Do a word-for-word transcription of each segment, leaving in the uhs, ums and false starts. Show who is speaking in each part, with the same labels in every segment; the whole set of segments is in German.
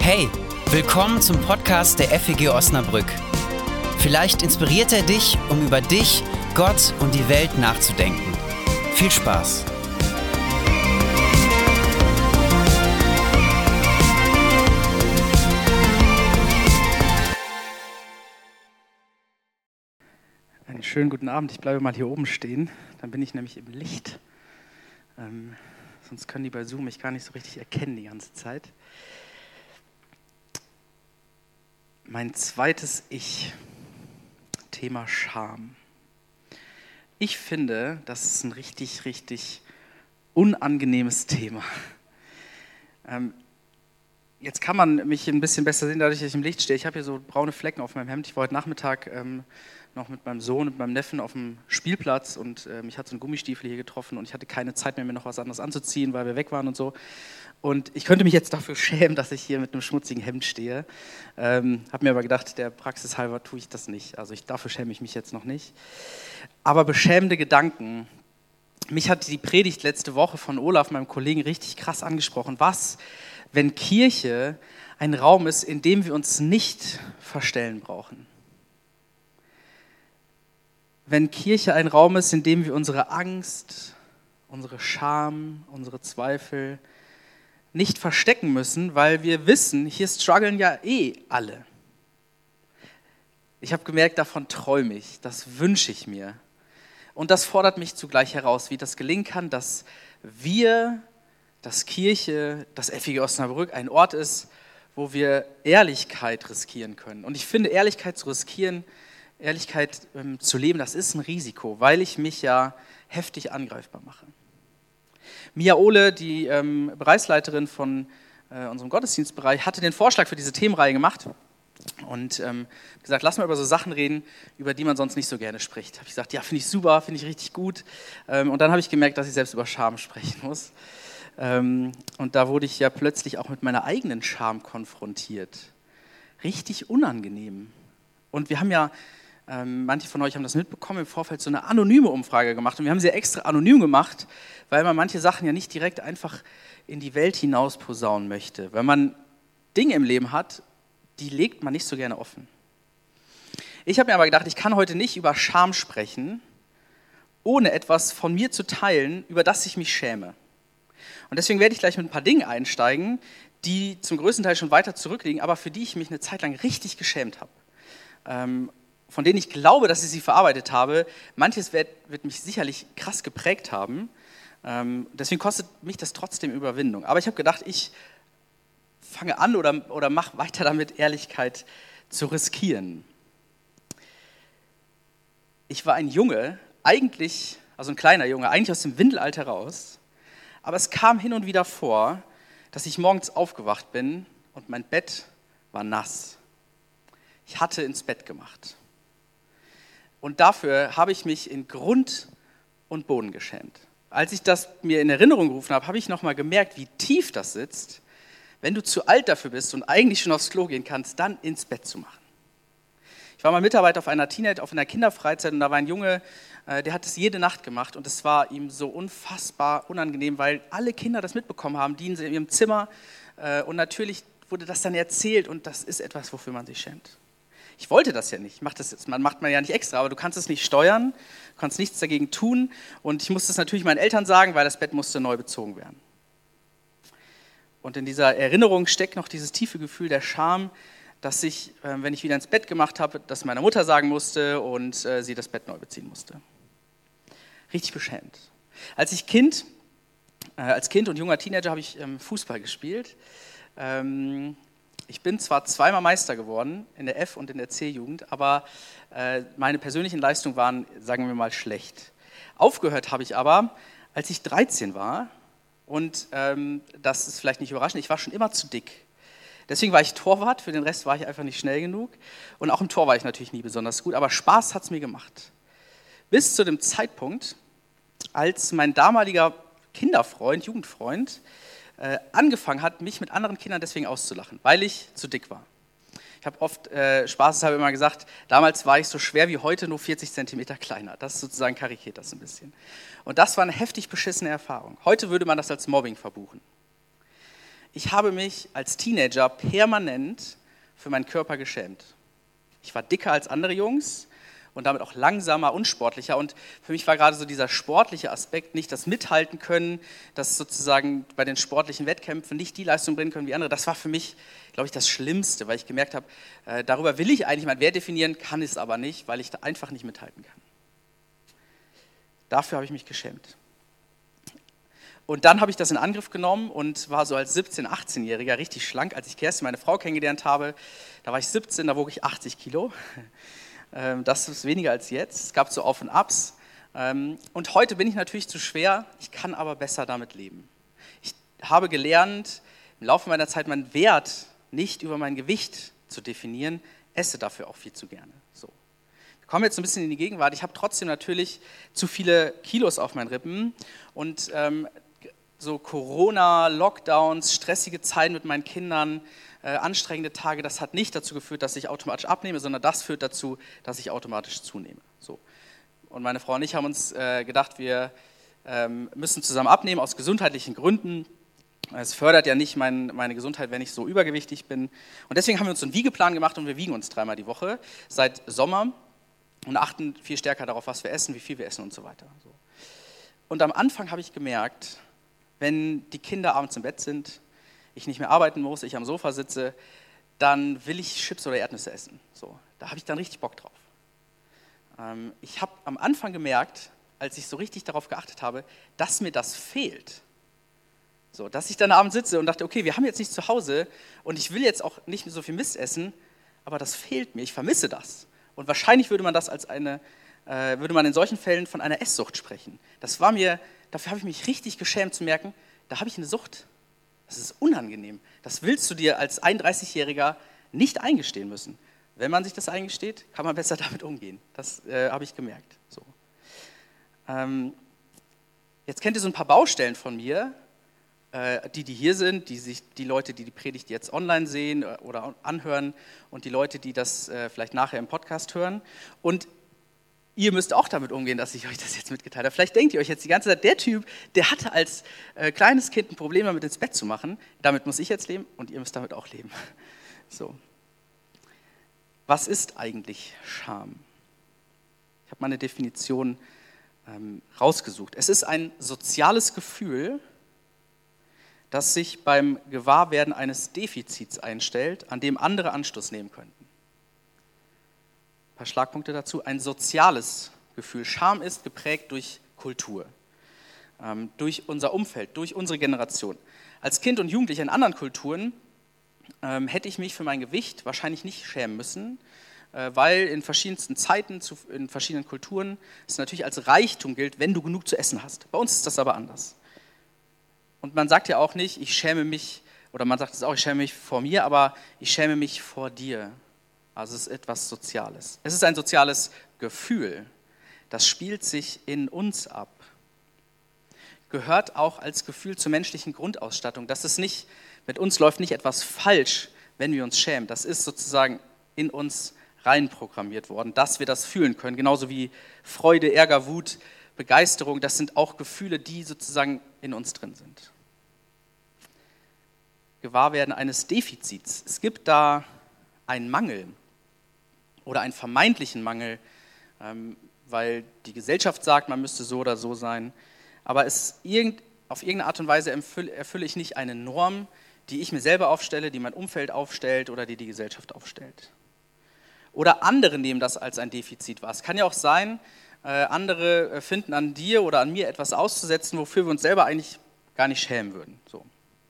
Speaker 1: Hey, willkommen zum Podcast der F E G Osnabrück. Vielleicht inspiriert er dich, um über dich, Gott und die Welt nachzudenken. Viel Spaß!
Speaker 2: Einen schönen guten Abend. Ich bleibe mal hier oben stehen, dann bin ich nämlich im Licht. Ähm, sonst können die bei Zoom mich gar nicht so richtig erkennen die ganze Zeit. Mein zweites Ich, Thema Scham. Ich finde, das ist ein richtig, richtig unangenehmes Thema. Ähm, jetzt kann man mich ein bisschen besser sehen, dadurch, dass ich im Licht stehe. Ich habe hier so braune Flecken auf meinem Hemd. Ich war heute Nachmittag ähm, noch mit meinem Sohn und meinem Neffen auf dem Spielplatz und ähm, ich hatte so einen Gummistiefel hier getroffen und ich hatte keine Zeit mehr, mir noch was anderes anzuziehen, weil wir weg waren und so. Und ich könnte mich jetzt dafür schämen, dass ich hier mit einem schmutzigen Hemd stehe. Ähm, habe mir aber gedacht, der Praxis halber tue ich das nicht. Also ich, dafür schäme ich mich jetzt noch nicht. Aber beschämende Gedanken. Mich hat die Predigt letzte Woche von Olaf, meinem Kollegen, richtig krass angesprochen. Was, wenn Kirche ein Raum ist, in dem wir uns nicht verstellen brauchen? Wenn Kirche ein Raum ist, in dem wir unsere Angst, unsere Scham, unsere Zweifel nicht verstecken müssen, weil wir wissen, hier strugglen ja eh alle. Ich habe gemerkt, davon träume ich, das wünsche ich mir. Und das fordert mich zugleich heraus, wie das gelingen kann, dass wir, dass Kirche, dass F E G Osnabrück ein Ort ist, wo wir Ehrlichkeit riskieren können. Und ich finde, Ehrlichkeit zu riskieren, Ehrlichkeit ähm, zu leben, das ist ein Risiko, weil ich mich ja heftig angreifbar mache. Mia Ohle, die ähm, Bereichsleiterin von äh, unserem Gottesdienstbereich, hatte den Vorschlag für diese Themenreihe gemacht und ähm, gesagt, lass mal über so Sachen reden, über die man sonst nicht so gerne spricht. Habe ich gesagt, ja, finde ich super, finde ich richtig gut. Ähm, und dann habe ich gemerkt, dass ich selbst über Scham sprechen muss. Ähm, und da wurde ich ja plötzlich auch mit meiner eigenen Scham konfrontiert. Richtig unangenehm. Und wir haben ja, ähm, manche von euch haben das mitbekommen, im Vorfeld so eine anonyme Umfrage gemacht. Und wir haben sie extra anonym gemacht, weil man manche Sachen ja nicht direkt einfach in die Welt hinaus posaunen möchte. Wenn man Dinge im Leben hat, die legt man nicht so gerne offen. Ich habe mir aber gedacht, ich kann heute nicht über Scham sprechen, ohne etwas von mir zu teilen, über das ich mich schäme. Und deswegen werde ich gleich mit ein paar Dingen einsteigen, die zum größten Teil schon weiter zurückliegen, aber für die ich mich eine Zeit lang richtig geschämt habe. Ähm, von denen ich glaube, dass ich sie verarbeitet habe. Manches wird, wird mich sicherlich krass geprägt haben. Ähm, deswegen kostet mich das trotzdem Überwindung. Aber ich habe gedacht, ich fange an oder, oder mache weiter damit, Ehrlichkeit zu riskieren. Ich war ein Junge, eigentlich, also ein kleiner Junge, eigentlich aus dem Windelalter raus. Aber es kam hin und wieder vor, dass ich morgens aufgewacht bin und mein Bett war nass. Ich hatte ins Bett gemacht. Und dafür habe ich mich in Grund und Boden geschämt. Als ich das mir in Erinnerung gerufen habe, habe ich nochmal gemerkt, wie tief das sitzt, wenn du zu alt dafür bist und eigentlich schon aufs Klo gehen kannst, dann ins Bett zu machen. Ich war mal Mitarbeiter auf einer Teenager, auf einer Kinderfreizeit und da war ein Junge, der hat es jede Nacht gemacht und es war ihm so unfassbar unangenehm, weil alle Kinder das mitbekommen haben, die in ihrem Zimmer und natürlich wurde das dann erzählt und das ist etwas, wofür man sich schämt. Ich wollte das ja nicht, mach das jetzt, man macht man ja nicht extra, aber du kannst es nicht steuern, du kannst nichts dagegen tun und ich musste es natürlich meinen Eltern sagen, weil das Bett musste neu bezogen werden. Und in dieser Erinnerung steckt noch dieses tiefe Gefühl der Scham, dass ich, wenn ich wieder ins Bett gemacht habe, das meiner Mutter sagen musste und sie das Bett neu beziehen musste. Richtig beschämt. Als ich Kind, als Kind und junger Teenager habe ich Fußball gespielt. Ich bin zwar zweimal Meister geworden, in der F- und in der C-Jugend, aber äh, meine persönlichen Leistungen waren, sagen wir mal, schlecht. Aufgehört habe ich aber, als ich dreizehn war und ähm, das ist vielleicht nicht überraschend, ich war schon immer zu dick. Deswegen war ich Torwart, für den Rest war ich einfach nicht schnell genug und auch im Tor war ich natürlich nie besonders gut, aber Spaß hat es mir gemacht. Bis zu dem Zeitpunkt, als mein damaliger Kinderfreund, Jugendfreund, Äh, angefangen hat, mich mit anderen Kindern deswegen auszulachen, weil ich zu dick war. Ich habe oft äh, spaßeshalber immer gesagt, damals war ich so schwer wie heute, nur vierzig Zentimeter kleiner. Das ist sozusagen karikiert das ein bisschen. Und das war eine heftig beschissene Erfahrung. Heute würde man das als Mobbing verbuchen. Ich habe mich als Teenager permanent für meinen Körper geschämt. Ich war dicker als andere Jungs und damit auch langsamer, unsportlicher. Und für mich war gerade so dieser sportliche Aspekt, nicht das Mithalten können, das sozusagen bei den sportlichen Wettkämpfen nicht die Leistung bringen können wie andere. Das war für mich, glaube ich, das Schlimmste, weil ich gemerkt habe, äh, darüber will ich eigentlich meinen Wert definieren, kann es aber nicht, weil ich da einfach nicht mithalten kann. Dafür habe ich mich geschämt. Und dann habe ich das in Angriff genommen und war so als siebzehn-, achtzehnjähriger richtig schlank. Als ich Kerstin, meine Frau, kennengelernt habe, da war ich siebzehn, da wog ich achtzig Kilo. Das ist weniger als jetzt. Es gab so Auf und Abs. Und heute bin ich natürlich zu schwer, ich kann aber besser damit leben. Ich habe gelernt, im Laufe meiner Zeit meinen Wert nicht über mein Gewicht zu definieren, esse dafür auch viel zu gerne. So. Wir kommen jetzt ein bisschen in die Gegenwart. Ich habe trotzdem natürlich zu viele Kilos auf meinen Rippen und ähm, so Corona, Lockdowns, stressige Zeiten mit meinen Kindern, äh, anstrengende Tage, das hat nicht dazu geführt, dass ich automatisch abnehme, sondern das führt dazu, dass ich automatisch zunehme. So. Und meine Frau und ich haben uns äh, gedacht, wir ähm, müssen zusammen abnehmen aus gesundheitlichen Gründen. Es fördert ja nicht mein, meine Gesundheit, wenn ich so übergewichtig bin. Und deswegen haben wir uns so einen Wiegeplan gemacht und wir wiegen uns dreimal die Woche seit Sommer und achten viel stärker darauf, was wir essen, wie viel wir essen und so weiter. So. Und am Anfang habe ich gemerkt, wenn die Kinder abends im Bett sind, ich nicht mehr arbeiten muss, ich am Sofa sitze, dann will ich Chips oder Erdnüsse essen. So, da habe ich dann richtig Bock drauf. Ähm, ich habe am Anfang gemerkt, als ich so richtig darauf geachtet habe, dass mir das fehlt. So, dass ich dann abends sitze und dachte, okay, wir haben jetzt nichts zu Hause und ich will jetzt auch nicht so viel Mist essen, aber das fehlt mir, ich vermisse das. Und wahrscheinlich würde man das als eine, äh, würde man in solchen Fällen von einer Esssucht sprechen. Das war mir Dafür habe ich mich richtig geschämt zu merken, da habe ich eine Sucht. Das ist unangenehm. Das willst du dir als einunddreißigjähriger nicht eingestehen müssen. Wenn man sich das eingesteht, kann man besser damit umgehen. Das äh, habe ich gemerkt. So. Ähm, jetzt kennt ihr so ein paar Baustellen von mir, äh, die, die hier sind, die, sich, die Leute, die die Predigt jetzt online sehen oder anhören und die Leute, die das äh, vielleicht nachher im Podcast hören. Und ihr müsst auch damit umgehen, dass ich euch das jetzt mitgeteilt habe. Vielleicht denkt ihr euch jetzt die ganze Zeit, der Typ, der hatte als äh, kleines Kind ein Problem damit ins Bett zu machen. Damit muss ich jetzt leben und ihr müsst damit auch leben. So. Was ist eigentlich Scham? Ich habe mal eine Definition ähm, rausgesucht. Es ist ein soziales Gefühl, das sich beim Gewahrwerden eines Defizits einstellt, an dem andere Anstoß nehmen könnten. Ein paar Schlagpunkte dazu. Ein soziales Gefühl. Scham ist geprägt durch Kultur, ähm, durch unser Umfeld, durch unsere Generation. Als Kind und Jugendlicher in anderen Kulturen ähm, hätte ich mich für mein Gewicht wahrscheinlich nicht schämen müssen, äh, weil in verschiedensten Zeiten, zu, in verschiedenen Kulturen es natürlich als Reichtum gilt, wenn du genug zu essen hast. Bei uns ist das aber anders. Und man sagt ja auch nicht, ich schäme mich, oder man sagt es auch, ich schäme mich vor mir, aber ich schäme mich vor dir. Also es ist etwas Soziales. Es ist ein soziales Gefühl, das spielt sich in uns ab. Gehört auch als Gefühl zur menschlichen Grundausstattung. Das ist nicht, mit uns läuft nicht etwas falsch, wenn wir uns schämen. Das ist sozusagen in uns reinprogrammiert worden, dass wir das fühlen können. Genauso wie Freude, Ärger, Wut, Begeisterung, das sind auch Gefühle, die sozusagen in uns drin sind. Gewahrwerden eines Defizits. Es gibt da einen Mangel oder einen vermeintlichen Mangel, weil die Gesellschaft sagt, man müsste so oder so sein. Aber es irgend, auf irgendeine Art und Weise erfülle, erfülle ich nicht eine Norm, die ich mir selber aufstelle, die mein Umfeld aufstellt oder die die Gesellschaft aufstellt. Oder andere nehmen das als ein Defizit wahr. Es kann ja auch sein, äh, andere finden an dir oder an mir etwas auszusetzen, wofür wir uns selber eigentlich gar nicht schämen würden. So.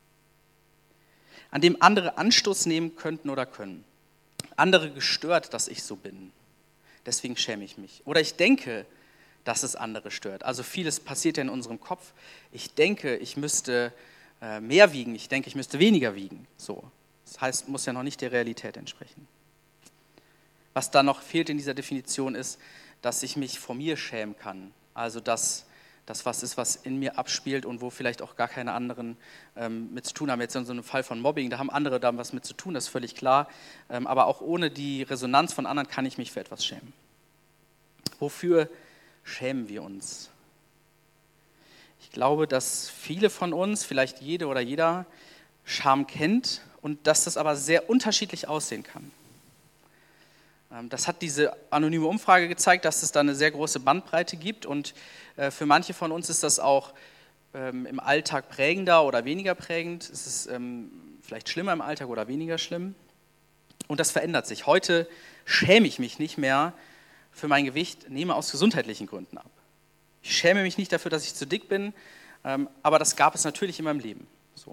Speaker 2: An dem andere Anstoß nehmen könnten oder können. Andere gestört, dass ich so bin. Deswegen schäme ich mich. Oder ich denke, dass es andere stört. Also vieles passiert ja in unserem Kopf. Ich denke, ich müsste äh, mehr wiegen. Ich denke, ich müsste weniger wiegen. So. Das heißt, muss ja noch nicht der Realität entsprechen. Was da noch fehlt in dieser Definition ist, dass ich mich vor mir schämen kann. Also dass das was ist, was in mir abspielt und wo vielleicht auch gar keine anderen ähm, mit zu tun haben. Jetzt in so einem Fall von Mobbing, da haben andere da was mit zu tun, das ist völlig klar. Ähm, aber auch ohne die Resonanz von anderen kann ich mich für etwas schämen. Wofür schämen wir uns? Ich glaube, dass viele von uns, vielleicht jede oder jeder, Scham kennt und dass das aber sehr unterschiedlich aussehen kann. Das hat diese anonyme Umfrage gezeigt, dass es da eine sehr große Bandbreite gibt und für manche von uns ist das auch im Alltag prägender oder weniger prägend. Es ist vielleicht schlimmer im Alltag oder weniger schlimm und das verändert sich. Heute schäme ich mich nicht mehr für mein Gewicht, nehme aus gesundheitlichen Gründen ab. Ich schäme mich nicht dafür, dass ich zu dick bin, aber das gab es natürlich in meinem Leben. So.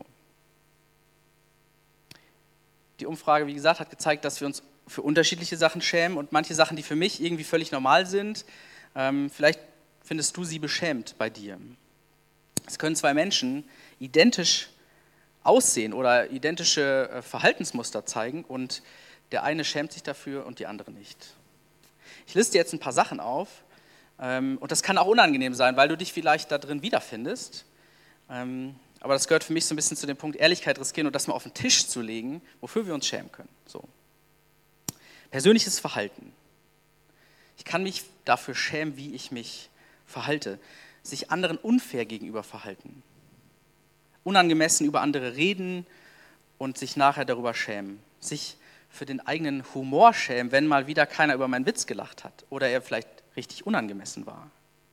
Speaker 2: Die Umfrage, wie gesagt, hat gezeigt, dass wir uns für unterschiedliche Sachen schämen und manche Sachen, die für mich irgendwie völlig normal sind, ähm, vielleicht findest du sie beschämt bei dir. Es können zwei Menschen identisch aussehen oder identische äh, Verhaltensmuster zeigen und der eine schämt sich dafür und die andere nicht. Ich liste jetzt ein paar Sachen auf ähm, und das kann auch unangenehm sein, weil du dich vielleicht da drin wiederfindest. Ähm, aber das gehört für mich so ein bisschen zu dem Punkt Ehrlichkeit riskieren und das mal auf den Tisch zu legen, wofür wir uns schämen können. So. Persönliches Verhalten. Ich kann mich dafür schämen, wie ich mich verhalte. Sich anderen unfair gegenüber verhalten. Unangemessen über andere reden und sich nachher darüber schämen. Sich für den eigenen Humor schämen, wenn mal wieder keiner über meinen Witz gelacht hat oder er vielleicht richtig unangemessen war.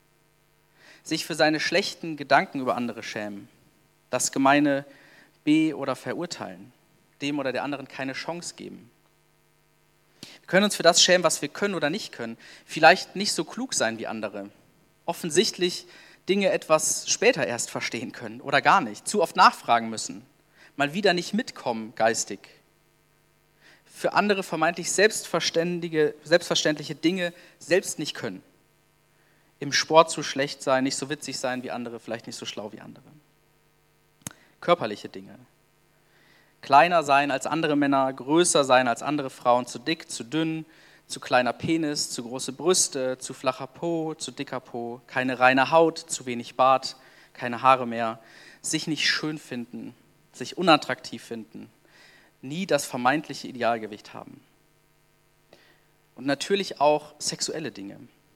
Speaker 2: Sich für seine schlechten Gedanken über andere schämen. Das Gemeine be- oder verurteilen. Dem oder der anderen keine Chance geben. Wir können uns für das schämen, was wir können oder nicht können. Vielleicht nicht so klug sein wie andere. Offensichtlich Dinge etwas später erst verstehen können oder gar nicht. Zu oft nachfragen müssen. Mal wieder nicht mitkommen geistig. Für andere vermeintlich selbstverständliche, selbstverständliche Dinge selbst nicht können. Im Sport zu schlecht sein, nicht so witzig sein wie andere, vielleicht nicht so schlau wie andere. Körperliche Dinge. Kleiner sein als andere Männer, größer sein als andere Frauen, zu dick, zu dünn, zu kleiner Penis, zu große Brüste, zu flacher Po, zu dicker Po, keine reine Haut, zu wenig Bart, keine Haare mehr, sich nicht schön finden, sich unattraktiv finden, nie das vermeintliche Idealgewicht haben. Und natürlich auch sexuelle Dinge.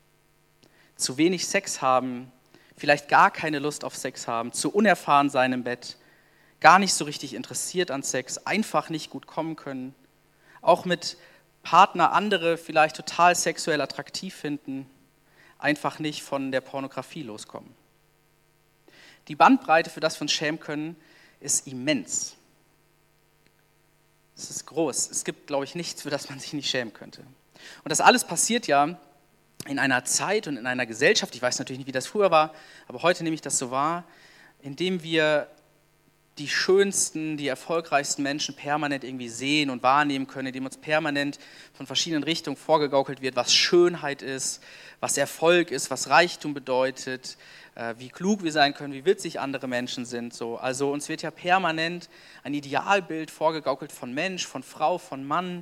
Speaker 2: Zu wenig Sex haben, vielleicht gar keine Lust auf Sex haben, zu unerfahren sein im Bett, gar nicht so richtig interessiert an Sex, einfach nicht gut kommen können, auch mit Partner andere vielleicht total sexuell attraktiv finden, einfach nicht von der Pornografie loskommen. Die Bandbreite, für das wir uns schämen können, ist immens. Es ist groß. Es gibt, glaube ich, nichts, für das man sich nicht schämen könnte. Und das alles passiert ja in einer Zeit und in einer Gesellschaft, ich weiß natürlich nicht, wie das früher war, aber heute nehme ich das so wahr, indem wir die schönsten, die erfolgreichsten Menschen permanent irgendwie sehen und wahrnehmen können, indem uns permanent von verschiedenen Richtungen vorgegaukelt wird, was Schönheit ist, was Erfolg ist, was Reichtum bedeutet, wie klug wir sein können, wie witzig andere Menschen sind. So. Also uns wird ja permanent ein Idealbild vorgegaukelt von Mensch, von Frau, von Mann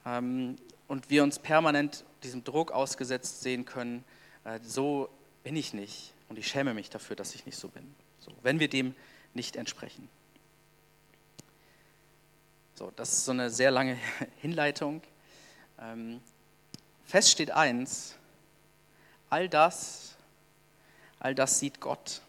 Speaker 2: und wir uns permanent diesem Druck ausgesetzt sehen können, so bin ich nicht und ich schäme mich dafür, dass ich nicht so bin, so, wenn wir dem nicht entsprechen. So, das ist so eine sehr lange Hinleitung. Ähm, fest steht eins, all das, all das sieht Gott.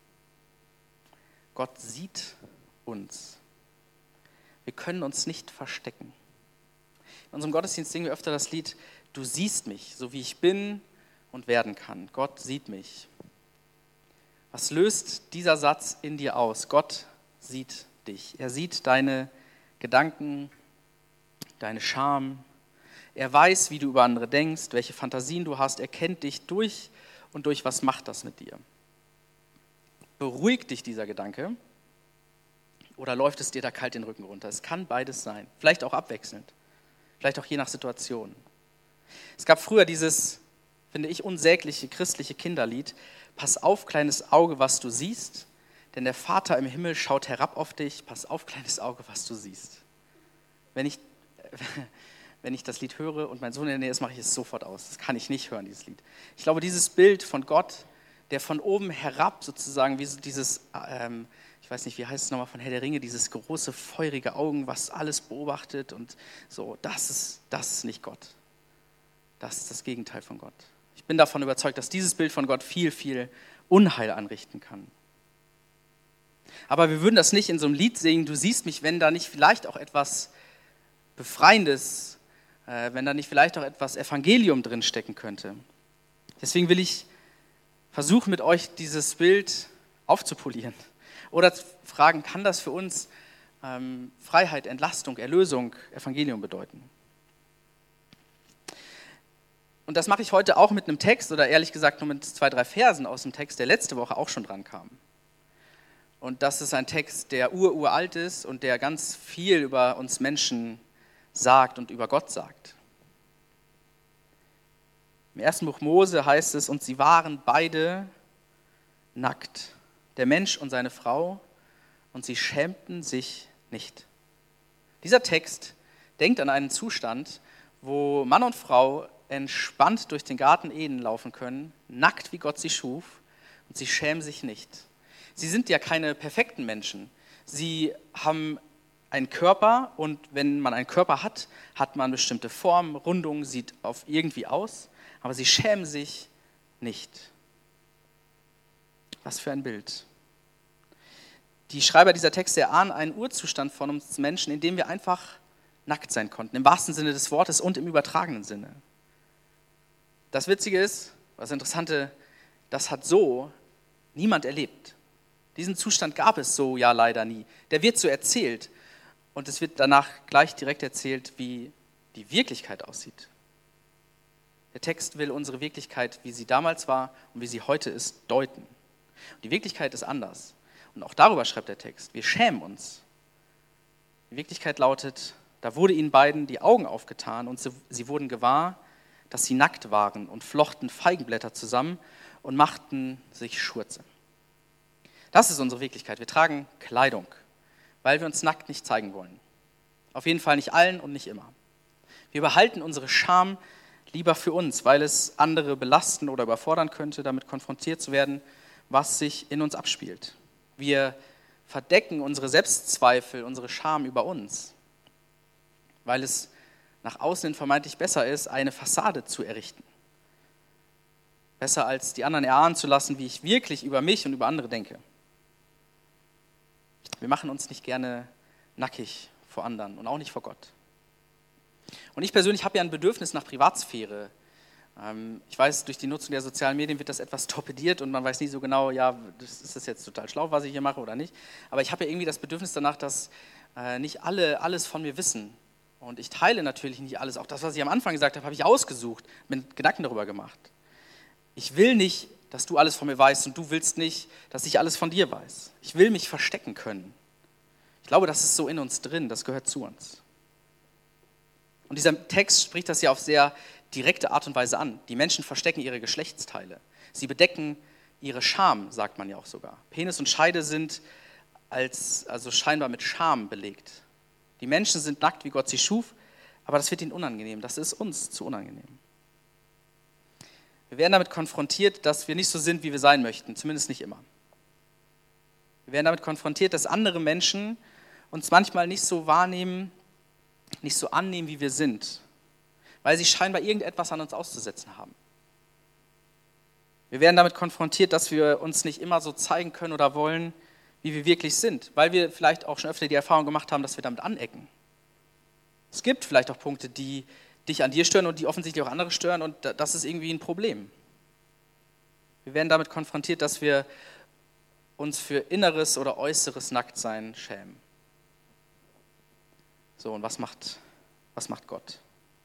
Speaker 2: Gott sieht uns. Wir können uns nicht verstecken. In unserem Gottesdienst singen wir öfter das Lied, du siehst mich, so wie ich bin und werden kann. Gott sieht mich. Was löst dieser Satz in dir aus? Gott sieht dich. Er sieht deine Gedanken, deine Scham. Er weiß, wie du über andere denkst, welche Fantasien du hast. Er kennt dich durch und durch. Was macht das mit dir? Beruhigt dich dieser Gedanke oder läuft es dir da kalt den Rücken runter? Es kann beides sein. Vielleicht auch abwechselnd. Vielleicht auch je nach Situation. Es gab früher dieses, finde ich, unsägliche christliche Kinderlied. Pass auf, kleines Auge, was du siehst, denn der Vater im Himmel schaut herab auf dich. Pass auf, kleines Auge, was du siehst. Wenn ich, wenn ich das Lied höre und mein Sohn in der Nähe ist, mache ich es sofort aus. Das kann ich nicht hören, dieses Lied. Ich glaube, dieses Bild von Gott, der von oben herab sozusagen, wie so dieses, ähm, ich weiß nicht, wie heißt es nochmal von Herr der Ringe, dieses große, feurige Augen, was alles beobachtet und so, das ist, das ist nicht Gott. Das ist das Gegenteil von Gott. Ich bin davon überzeugt, dass dieses Bild von Gott viel, viel Unheil anrichten kann. Aber wir würden das nicht in so einem Lied singen, du siehst mich, wenn da nicht vielleicht auch etwas Befreiendes, äh, wenn da nicht vielleicht auch etwas Evangelium drin stecken könnte. Deswegen will ich versuchen, mit euch dieses Bild aufzupolieren oder zu fragen, kann das für uns ähm, Freiheit, Entlastung, Erlösung, Evangelium bedeuten? Und das mache ich heute auch mit einem Text oder ehrlich gesagt nur mit zwei, drei Versen aus dem Text, der letzte Woche auch schon dran kam. Und das ist ein Text, der ururalt ist und der ganz viel über uns Menschen sagt und über Gott sagt. Im ersten Buch Mose heißt es, und sie waren beide nackt, der Mensch und seine Frau, und sie schämten sich nicht. Dieser Text denkt an einen Zustand, wo Mann und Frau entspannt durch den Garten Eden laufen können, nackt wie Gott sie schuf, und sie schämen sich nicht. Sie sind ja keine perfekten Menschen. Sie haben einen Körper und wenn man einen Körper hat, hat man bestimmte Formen, Rundungen, sieht auf irgendwie aus, aber sie schämen sich nicht. Was für ein Bild. Die Schreiber dieser Texte erahnen einen Urzustand von uns Menschen, in dem wir einfach nackt sein konnten, im wahrsten Sinne des Wortes und im übertragenen Sinne. Das Witzige ist, das Interessante, das hat so niemand erlebt. Diesen Zustand gab es so ja leider nie. Der wird so erzählt und es wird danach gleich direkt erzählt, wie die Wirklichkeit aussieht. Der Text will unsere Wirklichkeit, wie sie damals war und wie sie heute ist, deuten. Und die Wirklichkeit ist anders. Und auch darüber schreibt der Text. Wir schämen uns. Die Wirklichkeit lautet, da wurde ihnen beiden die Augen aufgetan und sie, sie wurden gewahr, dass sie nackt waren und flochten Feigenblätter zusammen und machten sich Schurze. Das ist unsere Wirklichkeit. Wir tragen Kleidung, weil wir uns nackt nicht zeigen wollen. Auf jeden Fall nicht allen und nicht immer. Wir behalten unsere Scham lieber für uns, weil es andere belasten oder überfordern könnte, damit konfrontiert zu werden, was sich in uns abspielt. Wir verdecken unsere Selbstzweifel, unsere Scham über uns, weil es nach außen hin vermeintlich besser ist, eine Fassade zu errichten. Besser als die anderen erahnen zu lassen, wie ich wirklich über mich und über andere denke. Wir machen uns nicht gerne nackig vor anderen und auch nicht vor Gott. Und ich persönlich habe ja ein Bedürfnis nach Privatsphäre. Ich weiß, durch die Nutzung der sozialen Medien wird das etwas torpediert und man weiß nie so genau, ja, das ist das jetzt total schlau, was ich hier mache oder nicht. Aber ich habe ja irgendwie das Bedürfnis danach, dass nicht alle alles von mir wissen. Und ich teile natürlich nicht alles. Auch das, was ich am Anfang gesagt habe, habe ich ausgesucht, mir Gedanken darüber gemacht. Ich will nicht, dass du alles von mir weißt und du willst nicht, dass ich alles von dir weiß. Ich will mich verstecken können. Ich glaube, das ist so in uns drin, das gehört zu uns. Und dieser Text spricht das ja auf sehr direkte Art und Weise an. Die Menschen verstecken ihre Geschlechtsteile. Sie bedecken ihre Scham, sagt man ja auch sogar. Penis und Scheide sind als, also scheinbar mit Scham belegt. Die Menschen sind nackt, wie Gott sie schuf, aber das wird ihnen unangenehm. Das ist uns zu unangenehm. Wir werden damit konfrontiert, dass wir nicht so sind, wie wir sein möchten, zumindest nicht immer. Wir werden damit konfrontiert, dass andere Menschen uns manchmal nicht so wahrnehmen, nicht so annehmen, wie wir sind, weil sie scheinbar irgendetwas an uns auszusetzen haben. Wir werden damit konfrontiert, dass wir uns nicht immer so zeigen können oder wollen, wie wir wirklich sind, weil wir vielleicht auch schon öfter die Erfahrung gemacht haben, dass wir damit anecken. Es gibt vielleicht auch Punkte, die dich an dir stören und die offensichtlich auch andere stören und das ist irgendwie ein Problem. Wir werden damit konfrontiert, dass wir uns für inneres oder äußeres Nacktsein schämen. So, und was macht, was macht Gott?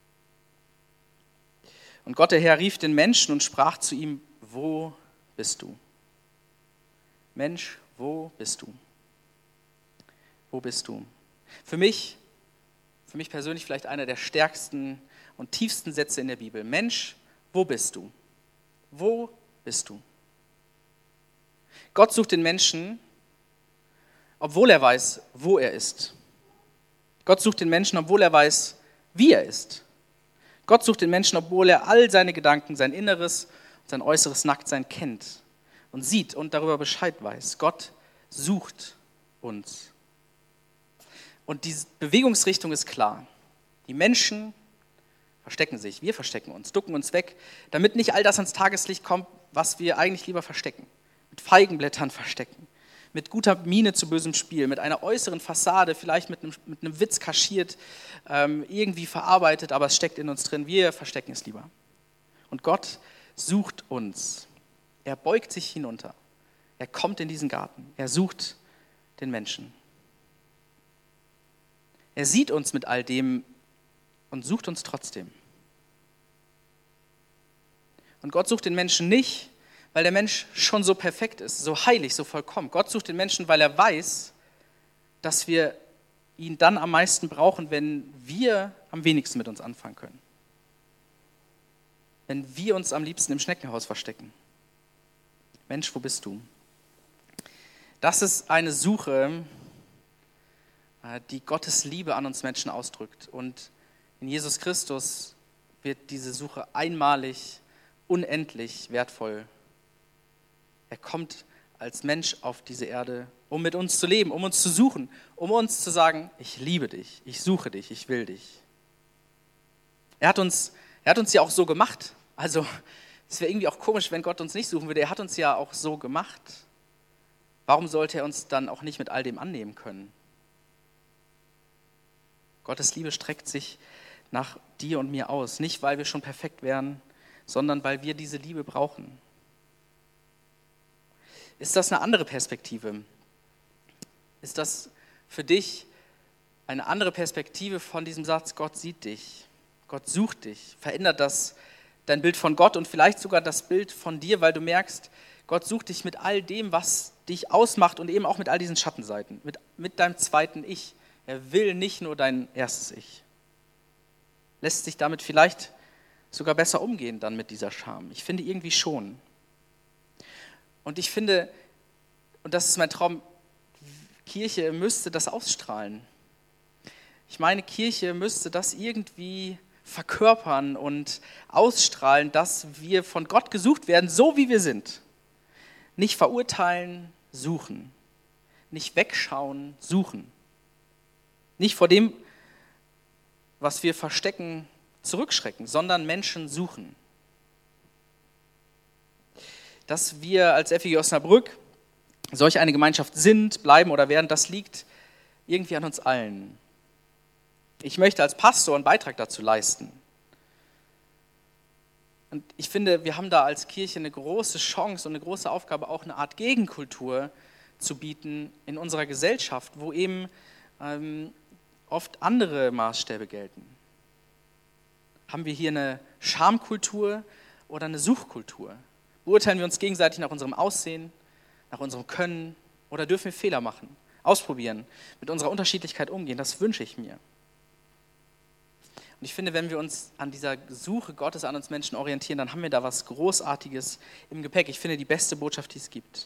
Speaker 2: Und Gott, der Herr, rief den Menschen und sprach zu ihm, wo bist du? Mensch, wo bist du? Wo bist du? Für mich, für mich persönlich vielleicht einer der stärksten und tiefsten Sätze in der Bibel. Mensch, wo bist du? Wo bist du? Gott sucht den Menschen, obwohl er weiß, wo er ist. Gott sucht den Menschen, obwohl er weiß, wie er ist. Gott sucht den Menschen, obwohl er all seine Gedanken, sein Inneres und sein äußeres Nacktsein kennt und sieht und darüber Bescheid weiß. Gott sucht uns. Und die Bewegungsrichtung ist klar. Die Menschen verstecken sich, wir verstecken uns, ducken uns weg, damit nicht all das ans Tageslicht kommt, was wir eigentlich lieber verstecken. Mit Feigenblättern verstecken, mit guter Miene zu bösem Spiel, mit einer äußeren Fassade, vielleicht mit einem, mit einem Witz kaschiert, ähm, irgendwie verarbeitet, aber es steckt in uns drin. Wir verstecken es lieber. Und Gott sucht uns. Er beugt sich hinunter. Er kommt in diesen Garten. Er sucht den Menschen. Er sieht uns mit all dem und sucht uns trotzdem. Und Gott sucht den Menschen nicht, weil der Mensch schon so perfekt ist, so heilig, so vollkommen. Gott sucht den Menschen, weil er weiß, dass wir ihn dann am meisten brauchen, wenn wir am wenigsten mit uns anfangen können. Wenn wir uns am liebsten im Schneckenhaus verstecken. Mensch, wo bist du? Das ist eine Suche, die Gottes Liebe an uns Menschen ausdrückt. Und in Jesus Christus wird diese Suche einmalig, unendlich wertvoll. Er kommt als Mensch auf diese Erde, um mit uns zu leben, um uns zu suchen, um uns zu sagen, ich liebe dich, ich suche dich, ich will dich. Er hat uns, er hat uns ja auch so gemacht. Also es wäre irgendwie auch komisch, wenn Gott uns nicht suchen würde. Er hat uns ja auch so gemacht. Warum sollte er uns dann auch nicht mit all dem annehmen können? Gottes Liebe streckt sich nach dir und mir aus. Nicht, weil wir schon perfekt wären, sondern weil wir diese Liebe brauchen. Ist das eine andere Perspektive? Ist das für dich eine andere Perspektive von diesem Satz, Gott sieht dich, Gott sucht dich? Verändert das dein Bild von Gott und vielleicht sogar das Bild von dir, weil du merkst, Gott sucht dich mit all dem, was dich ausmacht und eben auch mit all diesen Schattenseiten, mit, mit deinem zweiten Ich. Er will nicht nur dein erstes Ich. Lässt sich damit vielleicht sogar besser umgehen dann mit dieser Scham? Ich finde irgendwie schon. Und ich finde, und das ist mein Traum, Kirche müsste das ausstrahlen. Ich meine, Kirche müsste das irgendwie verkörpern und ausstrahlen, dass wir von Gott gesucht werden, so wie wir sind. Nicht verurteilen, suchen. Nicht wegschauen, suchen. Nicht vor dem, was wir verstecken, zurückschrecken, sondern Menschen suchen. Dass wir als F E G Osnabrück solch eine Gemeinschaft sind, bleiben oder werden, das liegt irgendwie an uns allen. Ich möchte als Pastor einen Beitrag dazu leisten. Und ich finde, wir haben da als Kirche eine große Chance und eine große Aufgabe, auch eine Art Gegenkultur zu bieten in unserer Gesellschaft, wo eben ähm, oft andere Maßstäbe gelten. Haben wir hier eine Schamkultur oder eine Suchkultur? Beurteilen wir uns gegenseitig nach unserem Aussehen, nach unserem Können oder dürfen wir Fehler machen, ausprobieren, mit unserer Unterschiedlichkeit umgehen? Das wünsche ich mir. Und ich finde, wenn wir uns an dieser Suche Gottes an uns Menschen orientieren, dann haben wir da was Großartiges im Gepäck. Ich finde, die beste Botschaft, die es gibt.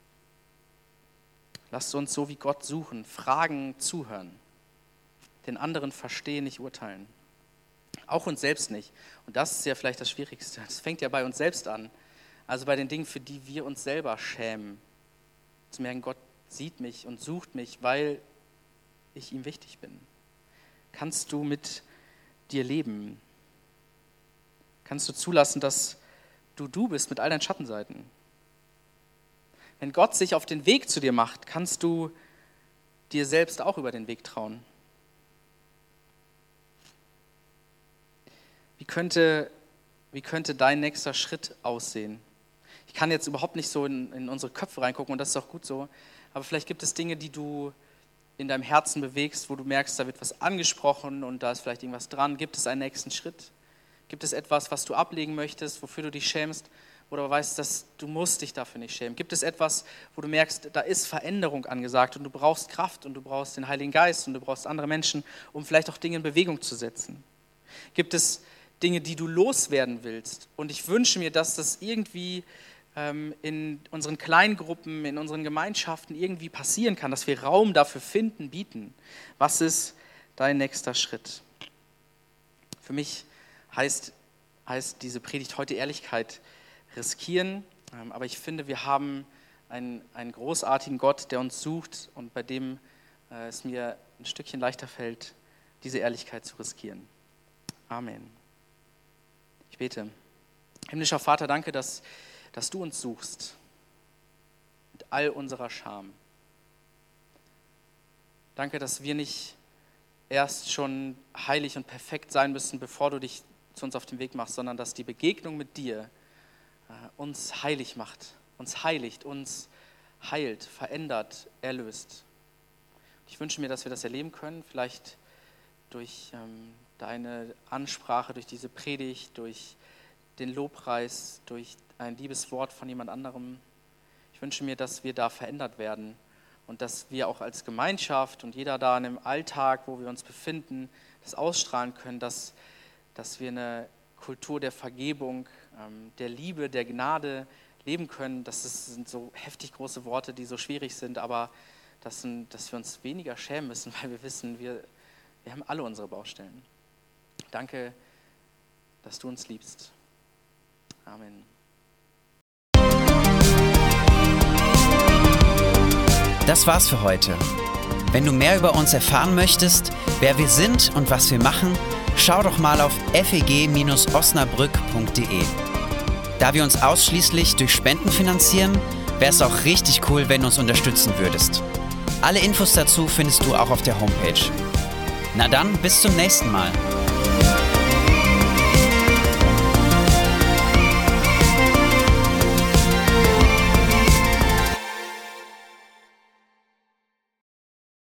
Speaker 2: Lasst uns so wie Gott suchen, fragen, zuhören, den anderen verstehen, nicht urteilen. Auch uns selbst nicht. Und das ist ja vielleicht das Schwierigste. Das fängt ja bei uns selbst an. Also bei den Dingen, für die wir uns selber schämen. Zu merken, Gott sieht mich und sucht mich, weil ich ihm wichtig bin. Kannst du mit dir leben? Kannst du zulassen, dass du du bist mit all deinen Schattenseiten? Wenn Gott sich auf den Weg zu dir macht, kannst du dir selbst auch über den Weg trauen. Wie könnte, wie könnte dein nächster Schritt aussehen? Ich kann jetzt überhaupt nicht so in, in unsere Köpfe reingucken und das ist auch gut so, aber vielleicht gibt es Dinge, die du in deinem Herzen bewegst, wo du merkst, da wird was angesprochen und da ist vielleicht irgendwas dran. Gibt es einen nächsten Schritt? Gibt es etwas, was du ablegen möchtest, wofür du dich schämst oder weißt, dass du musst dich dafür nicht schämen? Gibt es etwas, wo du merkst, da ist Veränderung angesagt und du brauchst Kraft und du brauchst den Heiligen Geist und du brauchst andere Menschen, um vielleicht auch Dinge in Bewegung zu setzen? Gibt es Dinge, die du loswerden willst? Und ich wünsche mir, dass das irgendwie ähm, in unseren Kleingruppen, in unseren Gemeinschaften irgendwie passieren kann, dass wir Raum dafür finden, bieten. Was ist dein nächster Schritt? Für mich heißt, heißt diese Predigt heute Ehrlichkeit riskieren, ähm, aber ich finde, wir haben einen, einen großartigen Gott, der uns sucht und bei dem äh, es mir ein Stückchen leichter fällt, diese Ehrlichkeit zu riskieren. Amen. Ich bete. Himmlischer Vater, danke, dass, dass du uns suchst mit all unserer Scham. Danke, dass wir nicht erst schon heilig und perfekt sein müssen, bevor du dich zu uns auf den Weg machst, sondern dass die Begegnung mit dir äh, uns heilig macht, uns heiligt, uns heilt, verändert, erlöst. Ich wünsche mir, dass wir das erleben können, vielleicht durch ähm, deine Ansprache, durch diese Predigt, durch den Lobpreis, durch ein liebes Wort von jemand anderem. Ich wünsche mir, dass wir da verändert werden und dass wir auch als Gemeinschaft und jeder da in dem Alltag, wo wir uns befinden, das ausstrahlen können, dass, dass wir eine Kultur der Vergebung, ähm, der Liebe, der Gnade leben können. Das sind so heftig große Worte, die so schwierig sind, aber das sind, dass wir uns weniger schämen müssen, weil wir wissen, wir, wir haben alle unsere Baustellen. Danke, dass du uns liebst. Amen.
Speaker 1: Das war's für heute. Wenn du mehr über uns erfahren möchtest, wer wir sind und was wir machen, schau doch mal auf f e g Bindestrich osnabrück punkt d e. Da wir uns ausschließlich durch Spenden finanzieren, wäre es auch richtig cool, wenn du uns unterstützen würdest. Alle Infos dazu findest du auch auf der Homepage. Na dann, bis zum nächsten Mal.